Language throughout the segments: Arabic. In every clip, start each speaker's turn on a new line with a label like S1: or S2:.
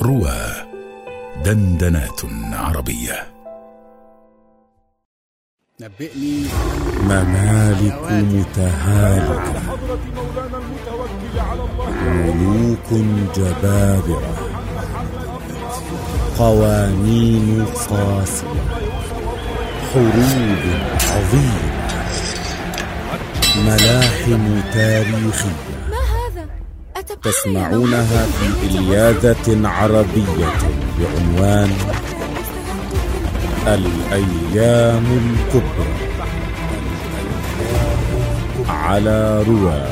S1: روى دندنات عربية.
S2: نبئني.
S3: ممالك متهالكة، ملوك جبابرة، قوانين قاسية، حروب عظيمة، ملاحم تاريخية تسمعونها في إلياذة عربية بعنوان الأيام الكبرى على روى.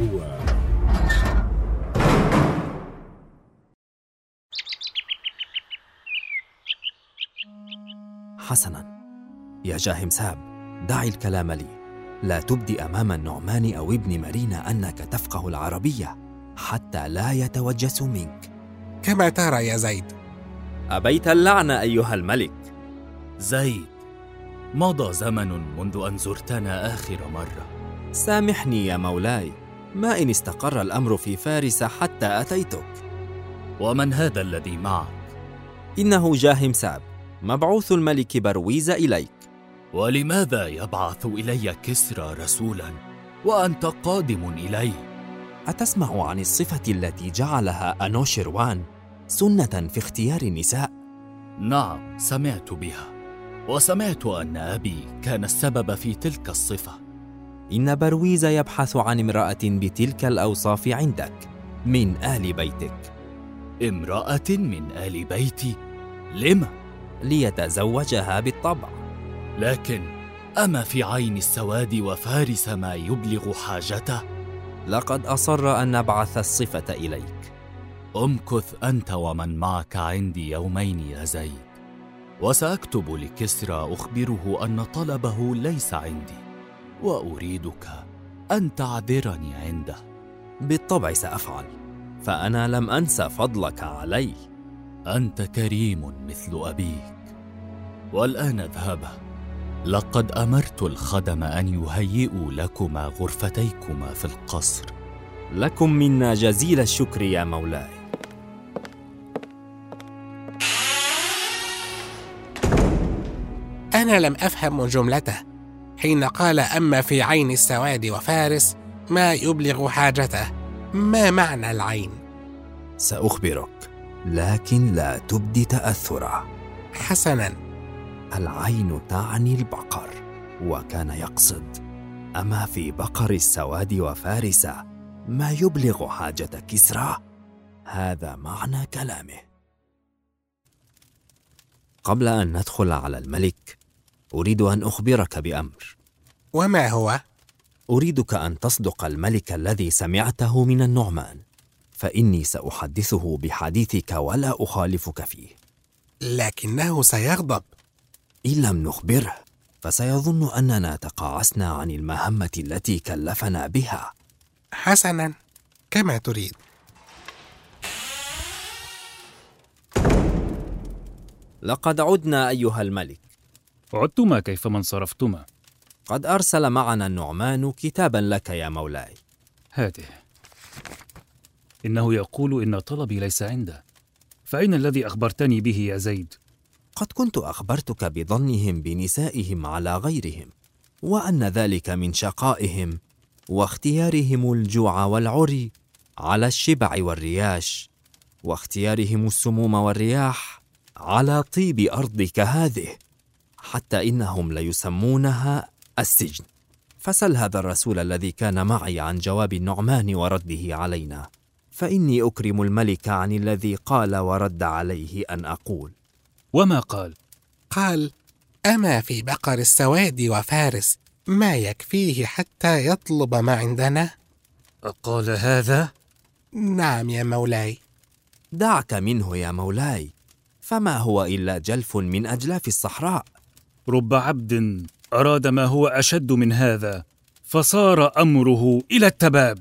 S4: حسنا يا جاهمساب، دعي الكلام لي. لا تبدي أمام النعمان أو ابن مارينا أنك تفقه العربية حتى لا يتوجس منك.
S5: كما ترى يا زيد.
S4: أبيت اللعنة أيها الملك.
S6: زيد، مضى زمن منذ أن زرتنا آخر مرة.
S4: سامحني يا مولاي، ما إن استقر الأمر في فارس حتى أتيتك.
S6: ومن هذا الذي معك؟
S4: إنه جاهمساب، مبعوث الملك برويز إليك.
S6: ولماذا يبعث إلي كسرى رسولا وأنت قادم إليه؟
S4: أتسمع عن الصفة التي جعلها أنوشروان سنة في اختيار النساء؟
S6: نعم، سمعت بها، وسمعت أن أبي كان السبب في تلك الصفة.
S4: إن برويز يبحث عن امرأة بتلك الأوصاف عندك من آل بيتك.
S6: امرأة من آل بيتي؟ لما؟
S4: ليتزوجها بالطبع.
S6: لكن أما في عين السواد وفارس ما يبلغ حاجته؟
S4: لقد أصر أن نبعث الصفة إليك.
S6: امكث أنت ومن معك عندي يومين يا زيد، وسأكتب لكسرى أخبره أن طلبه ليس عندي، وأريدك أن تعذرني عنده.
S4: بالطبع سأفعل، فأنا لم أنس فضلك علي.
S6: أنت كريم مثل أبيك. والآن اذهبا، لقد أمرت الخدم أن يهيئوا لكما غرفتيكما في القصر.
S4: لكم منا جزيل الشكر يا مولاي.
S5: أنا لم أفهم جملته حين قال أما في عين السواد وفارس ما يبلغ حاجته. ما معنى العين؟
S4: سأخبرك، لكن لا تبدي تأثرا.
S5: حسناً.
S4: العين تعني البقر، وكان يقصد أما في بقر السواد وفارس ما يبلغ حاجة كسرى. هذا معنى كلامه. قبل أن ندخل على الملك أريد أن أخبرك بأمر.
S5: وما هو؟
S4: أريدك أن تصدق الملك الذي سمعته من النعمان، فإني سأحدثه بحديثك ولا أخالفك فيه.
S5: لكنه سيغضب.
S4: إن لم نخبره فسيظن أننا تقاعسنا عن المهمة التي كلفنا بها.
S5: حسناً، كما تريد.
S4: لقد عدنا أيها الملك.
S2: عدتما كيفما انصرفتما؟
S4: قد أرسل معنا النعمان كتابا لك يا مولاي.
S2: هاته. إنه يقول إن طلبي ليس عنده، فأين الذي أخبرتني به يا زيد؟
S4: قد كنت أخبرتك بظنهم بنسائهم على غيرهم، وأن ذلك من شقائهم واختيارهم الجوع والعري على الشبع والرياش، واختيارهم السموم والرياح على طيب أرضك هذه، حتى إنهم ليسمونها السجن. فسل هذا الرسول الذي كان معي عن جواب النعمان ورده علينا، فإني أكرم الملك عن الذي قال ورد عليه أن أقول.
S2: وما قال؟
S5: قال أما في بقر السواد وفارس ما يكفيه حتى يطلب ما عندنا؟
S2: قال هذا؟
S5: نعم يا مولاي.
S4: دعك منه يا مولاي، فما هو إلا جلف من أجلاف الصحراء.
S2: رب عبد أراد ما هو أشد من هذا فصار أمره إلى التباب.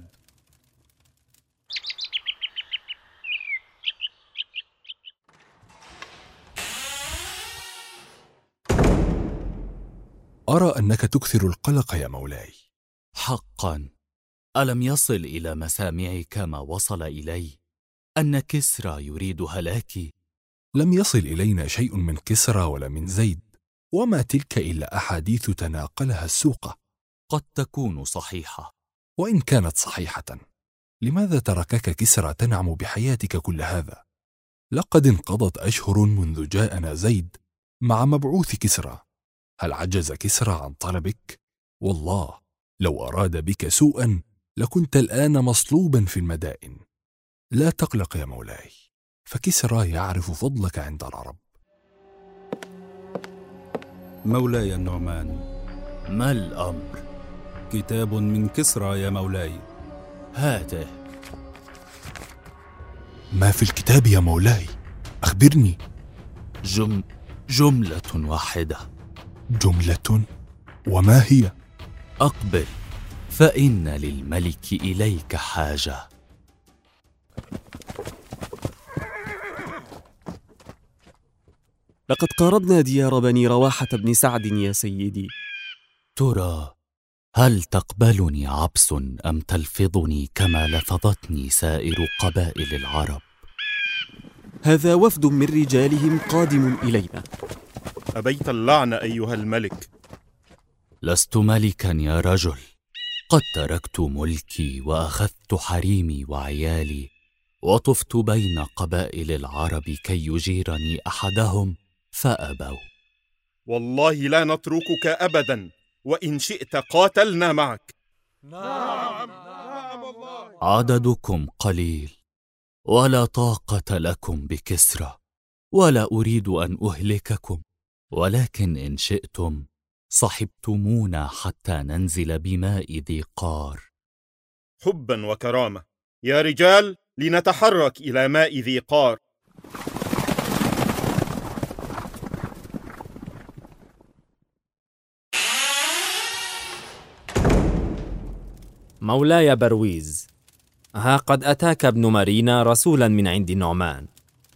S1: أرى أنك تكثر القلق يا مولاي.
S6: حقا، ألم يصل إلى مسامعك ما وصل إلي؟ أن كسرى يريد هلاكي؟
S1: لم يصل إلينا شيء من كسرى ولا من زيد، وما تلك إلا أحاديث تناقلها السوقة.
S6: قد تكون صحيحة.
S1: وإن كانت صحيحة، لماذا تركك كسرى تنعم بحياتك كل هذا؟ لقد انقضت أشهر منذ جاءنا زيد مع مبعوث كسرى. هل عجز كسرى عن طلبك؟ والله لو أراد بك سوءا لكنت الآن مصلوبا في المدائن. لا تقلق يا مولاي، فكسرى يعرف فضلك عند العرب.
S7: مولاي النعمان،
S6: ما الأمر؟
S7: كتاب من كسرى يا مولاي.
S6: هاته.
S1: ما في الكتاب يا مولاي؟ أخبرني.
S6: جملة واحدة.
S1: جملة؟ وما هي؟
S6: أقبل، فإن للملك إليك حاجة.
S8: لقد قاربنا ديار بني رواحة بن سعد يا سيدي.
S6: ترى هل تقبلني عبس أم تلفظني كما لفظتني سائر قبائل العرب؟
S8: هذا وفد من رجالهم قادم إلينا.
S9: أبيت اللعن أيها الملك.
S6: لست ملكا يا رجل، قد تركت ملكي وأخذت حريمي وعيالي وطفت بين قبائل العرب كي يجيرني أحدهم فأبوا.
S9: والله لا نتركك أبدا، وإن شئت قاتلنا معك.
S10: نعم الله.
S6: عددكم قليل ولا طاقة لكم بكسرى، ولا أريد أن أهلككم، ولكن إن شئتم صحبتمونا حتى ننزل بماء ذي قار.
S9: حبا وكرامة يا رجال، لنتحرك إلى ماء ذي قار.
S4: مولاي برويز، ها قد أتاك ابن مارينا رسولا من عند النعمان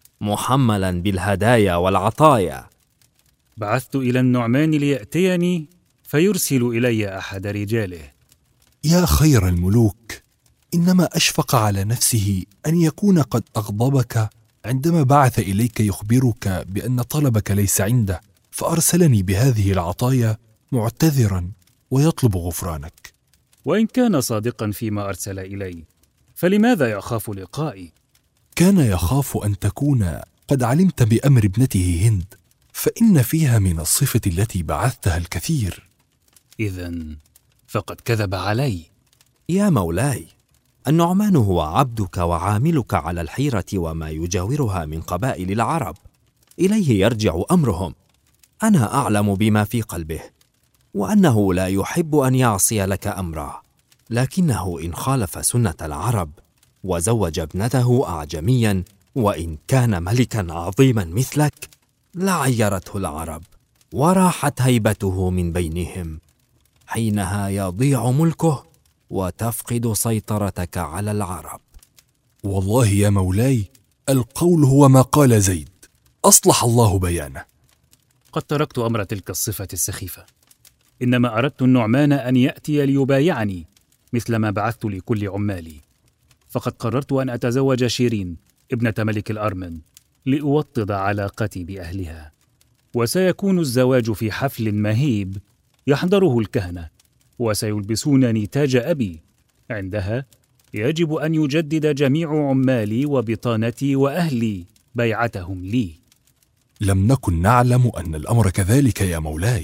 S4: محملا بالهدايا والعطايا.
S2: بعثت إلى النعمان ليأتيني فيرسل إلي أحد رجاله.
S1: يا خير الملوك، إنما أشفق على نفسه أن يكون قد أغضبك عندما بعث إليك يخبرك بأن طلبك ليس عنده، فأرسلني بهذه العطايا معتذرا ويطلب غفرانك.
S2: وإن كان صادقا فيما أرسل إلي، فلماذا يخاف لقائي؟
S1: كان يخاف أن تكون قد علمت بأمر ابنته هند، فإن فيها من الصفة التي بعثتها الكثير.
S2: إذن فقد كذب علي.
S4: يا مولاي، النعمان هو عبدك وعاملك على الحيرة وما يجاورها من قبائل العرب، إليه يرجع أمرهم. أنا أعلم بما في قلبه، وأنه لا يحب أن يعصي لك أمرا، لكنه إن خالف سنة العرب وزوج ابنته أعجميا، وإن كان ملكا عظيما مثلك، لعيرته العرب وراحت هيبته من بينهم، حينها يضيع ملكه وتفقد سيطرتك على العرب.
S1: والله يا مولاي، القول هو ما قال زيد، أصلح الله بيانه.
S2: قد تركت أمر تلك الصفة السخيفة، إنما أردت النعمان أن يأتي ليبايعني مثل ما بعثت لكل عمالي، فقد قررت أن أتزوج شيرين ابنة ملك الأرمن لأوطد علاقتي بأهلها، وسيكون الزواج في حفل مهيب يحضره الكهنة، وسيلبسونني تاج أبي. عندها يجب أن يجدد جميع عمالي وبطانتي وأهلي بيعتهم لي.
S1: لم نكن نعلم أن الأمر كذلك يا مولاي.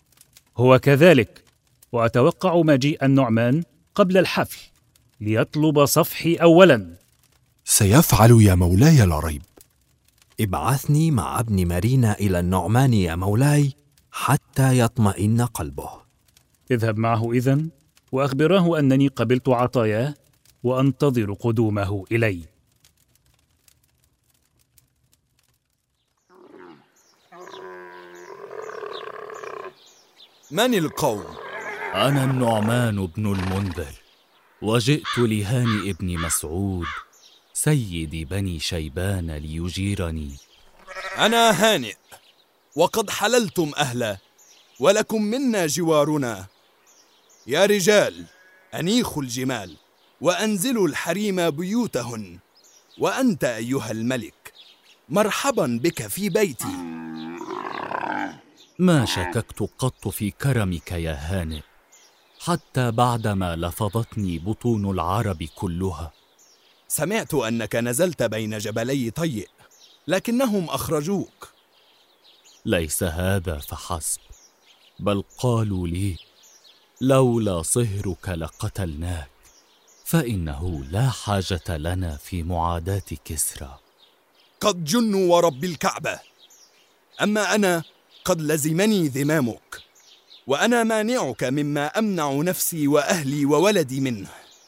S2: هو كذلك، وأتوقع مجيء النعمان قبل الحفل ليطلب صفحي أولا.
S1: سيفعل يا مولاي لا ريب.
S4: ابعثني مع ابن مارينا إلى النعمان يا مولاي حتى يطمئن قلبه.
S2: اذهب معه إذن، وأخبره أنني قبلت عطاياه وأنتظر قدومه إلي.
S11: من القوم؟
S6: أنا النعمان بن المنذر، وجئت لهاني ابن مسعود سيد بني شيبان ليجيرني.
S11: أنا هانئ، وقد حللتم أهله، ولكم منا جوارنا. يا رجال، أنيخوا الجمال وأنزلوا الحريم بيوتهن، وأنت أيها الملك، مرحبا بك في بيتي.
S6: ما شككت قط في كرمك يا هانئ، حتى بعدما لفظتني بطون العرب كلها.
S11: سمعت أنك نزلت بين جبلي طيء، لكنهم أخرجوك.
S6: ليس هذا فحسب، بل قالوا لي: لولا صهرك لقتلناك، فإنه لا حاجة لنا في معاداة كسرى.
S11: قد جنوا ورب الكعبة، أما أنا قد لزمني ذمامك، وأنا مانعك مما أمنع نفسي وأهلي وولدي منه.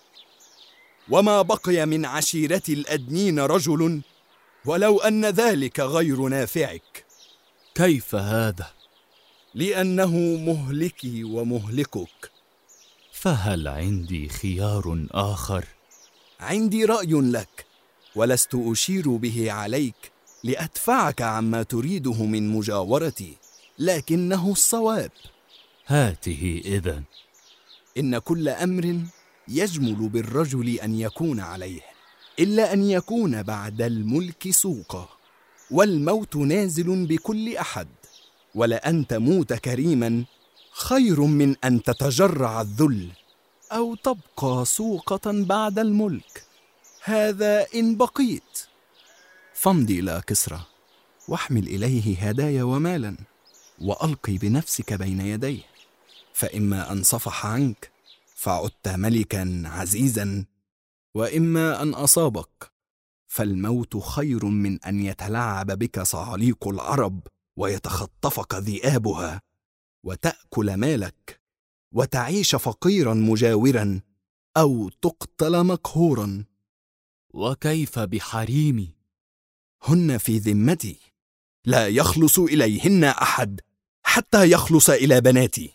S11: وما بقي من عشيرتي الأدنين رجل، ولو أن ذلك غير نافعك.
S6: كيف هذا؟
S11: لأنه مهلكي ومهلكك.
S6: فهل عندي خيار آخر؟
S11: عندي رأي لك، ولست أشير به عليك لأدفعك عما تريده من مجاورتي، لكنه الصواب.
S6: هاته إذن.
S11: إن كل أمر يجمل بالرجل أن يكون عليه، إلا أن يكون بعد الملك سوقا، والموت نازل بكل أحد، ولأن تموت كريما خير من أن تتجرع الذل أو تبقى سوقة بعد الملك. هذا إن بقيت. فامضي إلى كسرى، واحمل إليه هدايا ومالا، وألقي بنفسك بين يديه، فإما أن صفح عنك فعدت ملكا عزيزا، وإما أن أصابك فالموت خير من أن يتلاعب بك صعاليق العرب ويتخطفك ذئابها، وتأكل مالك وتعيش فقيرا مجاورا، أو تقتل مقهورا.
S6: وكيف بحريمي؟
S11: هن في ذمتي، لا يخلص إليهن أحد حتى يخلص إلى بناتي.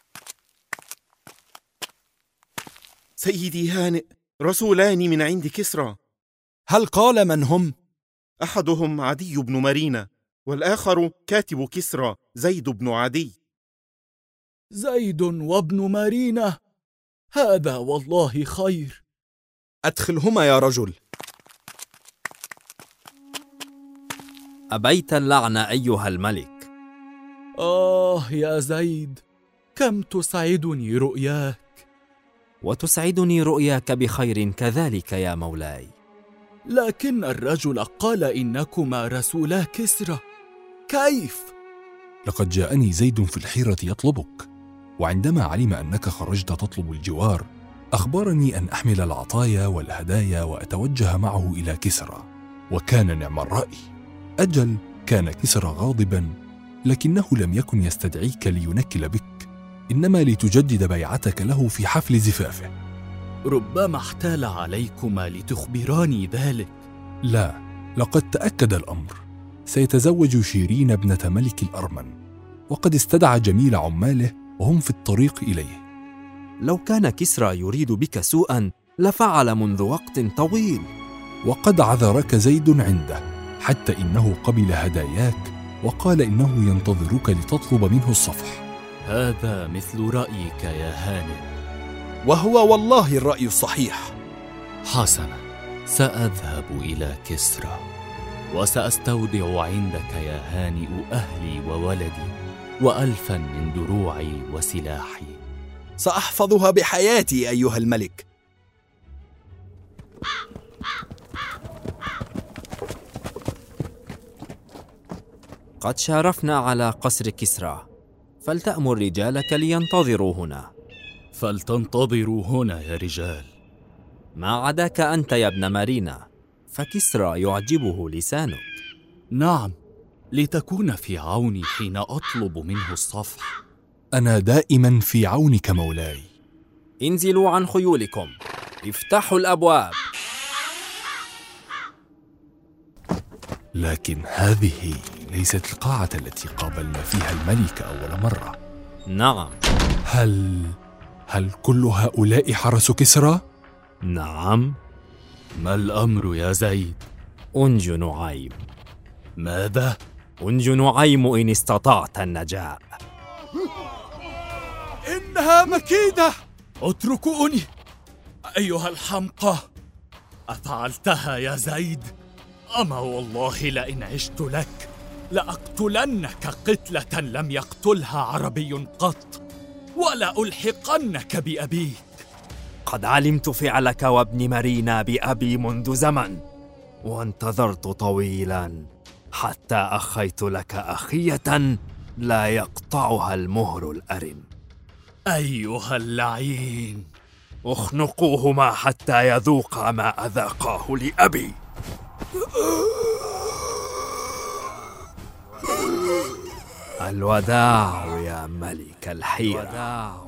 S9: سيدي هانئ، رسولان من عند كسرى.
S11: هل قال من هم؟
S9: أحدهم عدي بن مارينا، والآخر كاتب كسرى زيد بن عدي.
S6: زيد وابن مارينا، هذا والله خير.
S11: أدخلهما يا رجل.
S4: أبيت اللعن أيها الملك.
S6: يا زيد، كم تسعدني رؤياك.
S4: وتسعدني رؤياك بخير كذلك يا مولاي.
S6: لكن الرجل قال إنكما رسولا كسرى، كيف؟
S1: لقد جاءني زيد في الحيرة يطلبك، وعندما علم أنك خرجت تطلب الجوار أخبرني أن أحمل العطايا والهدايا وأتوجه معه إلى كسرى، وكان نعم الرأي. أجل كان كسرى غاضبا، لكنه لم يكن يستدعيك لينكل بك، إنما لتجدد بيعتك له في حفل زفافه.
S6: ربما احتال عليكما لتخبراني ذلك.
S1: لا، لقد تأكد الأمر. سيتزوج شيرين ابنة ملك الأرمن، وقد استدعى جميل عماله وهم في الطريق إليه.
S4: لو كان كسرى يريد بك سوءا لفعل منذ وقت طويل.
S1: وقد عذرك زيد عنده، حتى إنه قبل هداياك وقال إنه ينتظرك لتطلب منه الصفح.
S6: هذا مثل رأيك يا هانئ،
S11: وهو والله الرأي الصحيح.
S6: حسنا، سأذهب إلى كسرى، وسأستودع عندك يا هانئ أهلي وولدي، وألفا من دروعي وسلاحي.
S11: سأحفظها بحياتي أيها الملك.
S4: قد شارفنا على قصر كسرى، فلتأمر رجالك لينتظروا هنا.
S6: فلتنتظروا هنا يا رجال.
S4: ما عداك أنت يا ابن مارينا، فكسرى يعجبه لسانك.
S6: نعم، لتكون في عوني حين أطلب منه الصفح.
S1: أنا دائما في عونك مولاي.
S4: انزلوا عن خيولكم، افتحوا الأبواب.
S1: لكن هذه ليست القاعة التي قابلنا فيها الملك أول مرة.
S4: نعم.
S1: هل كل هؤلاء حرس كسرى؟
S4: نعم.
S6: ما الأمر يا زيد؟
S4: أنج نعيم.
S6: ماذا؟
S4: أنج نعيم إن استطعت النجاة.
S6: إنها مكيدة. اتركوني أيها الحمقى. أفعلتها يا زيد؟ أما والله لئن عشت لك لأقتلنك قتلة لم يقتلها عربي قط، ولا ألحقنك بأبيك.
S4: قد علمت فعلك وابن مارينا بأبي منذ زمن، وانتظرت طويلا حتى أخيت لك أخية لا يقطعها المهر الأرم.
S6: أيها اللعين،
S4: اخنقوهما حتى يذوقا ما أذاقاه لأبي. الوداع يا ملك الحيرة.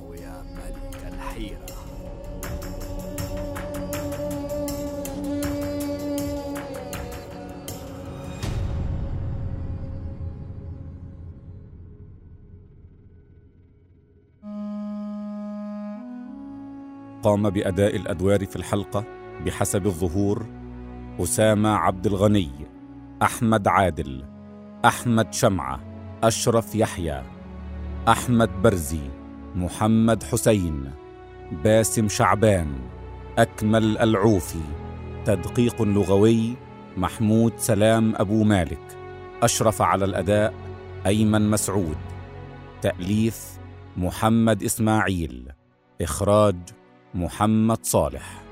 S3: قام بأداء الأدوار في الحلقة بحسب الظهور: أسامة عبد الغني، أحمد عادل، أحمد شمعة، أشرف يحيى، أحمد برزي، محمد حسين، باسم شعبان، أكمل العوفي. تدقيق لغوي: محمود سلام أبو مالك. أشرف على الأداء: أيمن مسعود. تأليف: محمد إسماعيل. إخراج: محمد صالح.